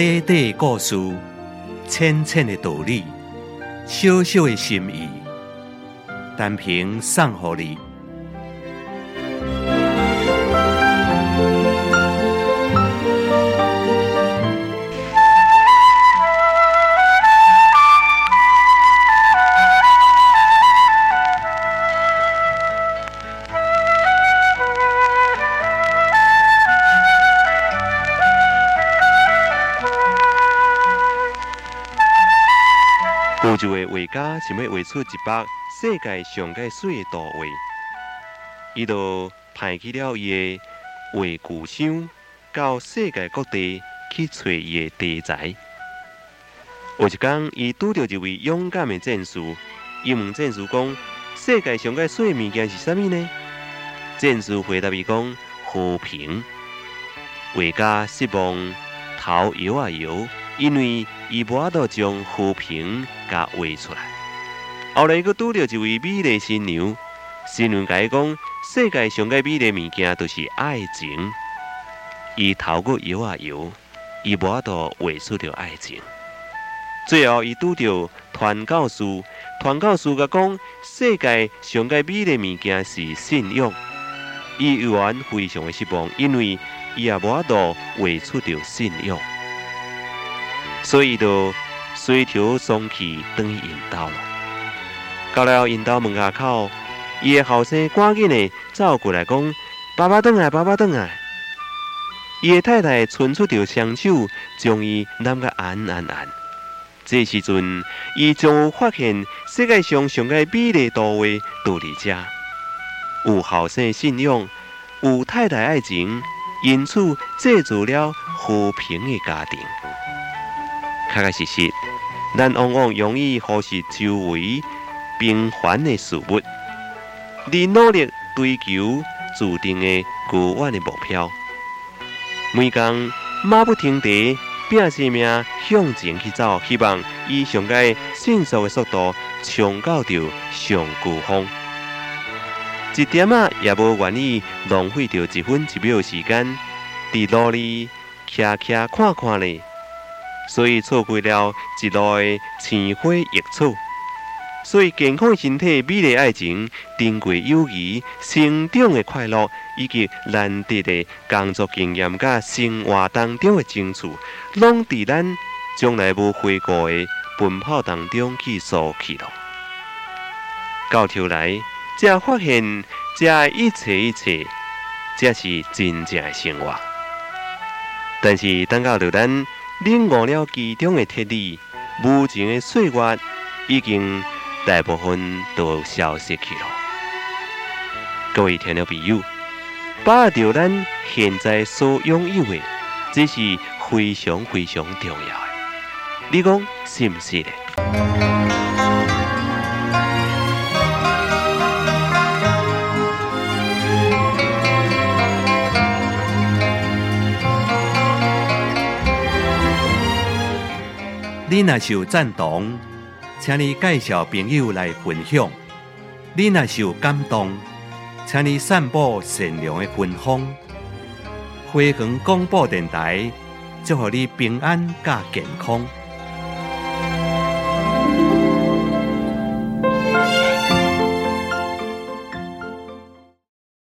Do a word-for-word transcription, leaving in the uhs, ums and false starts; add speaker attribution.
Speaker 1: 短短的故事，浅浅的道理，小小的心意，单凭送予你。有一位画家想要画出一幅世界上界水的图画，伊就派去了伊的画具箱，到世界各地去找伊的题材。有一天，伊拄到一位勇敢的战士，伊问战士讲：世界上界水的物件是啥物呢？战士回答伊讲：和平。画家失望，头摇啊摇。因为伊无法度将和平甲画出来。后来，佫拄到一位美丽新娘，新娘甲伊讲：世界上界美丽物件就是爱情。伊头佫摇啊摇，伊无法度画出着爱情。最后，伊拄到传教士，传教士甲讲：世界上界美丽物件是信仰。伊依然非常的失望，因为伊也无法度画出着信仰。所以就随条送去转去因兜了。到了因兜门牙口，伊的后生赶紧的走过来讲：爸爸转来，爸爸转来。伊的太太伸出着双手，将伊揽甲安安安。这时阵，伊将有发现世界上上界美丽图画都伫遮，有后生信仰，有太太爱情，因此制造了和平的家庭。确确实实，咱往往容易忽视周围平凡的事物，而努力追求注定的高远的目标。每天马不停蹄，拼性命向前去走，希望以上界迅速的速度冲到着上高峰。一点仔也无愿意浪费着一分一秒时间，伫路里徛徛看看咧。所以错过了一路的青花叶草，所以健康身体、美丽爱情、珍贵友谊、成长的快乐，以及难得的工作经验甲生活当中的情趣，拢伫咱将来无回顾的奔跑当中去输去了。到头来，才发现，这一切一切，才是真正的生活。但是等到着咱领悟了其中的铁理，无情的岁月已经大部分都消失去了。各位听众朋友，把握着咱现在所拥有的，这是非常非常重要的。你讲是不是呢？你若是有赞同，请你介绍朋友来分享；你若是有感动，请你散布善良的芬芳。花园广播电台，祝福你平安加健康。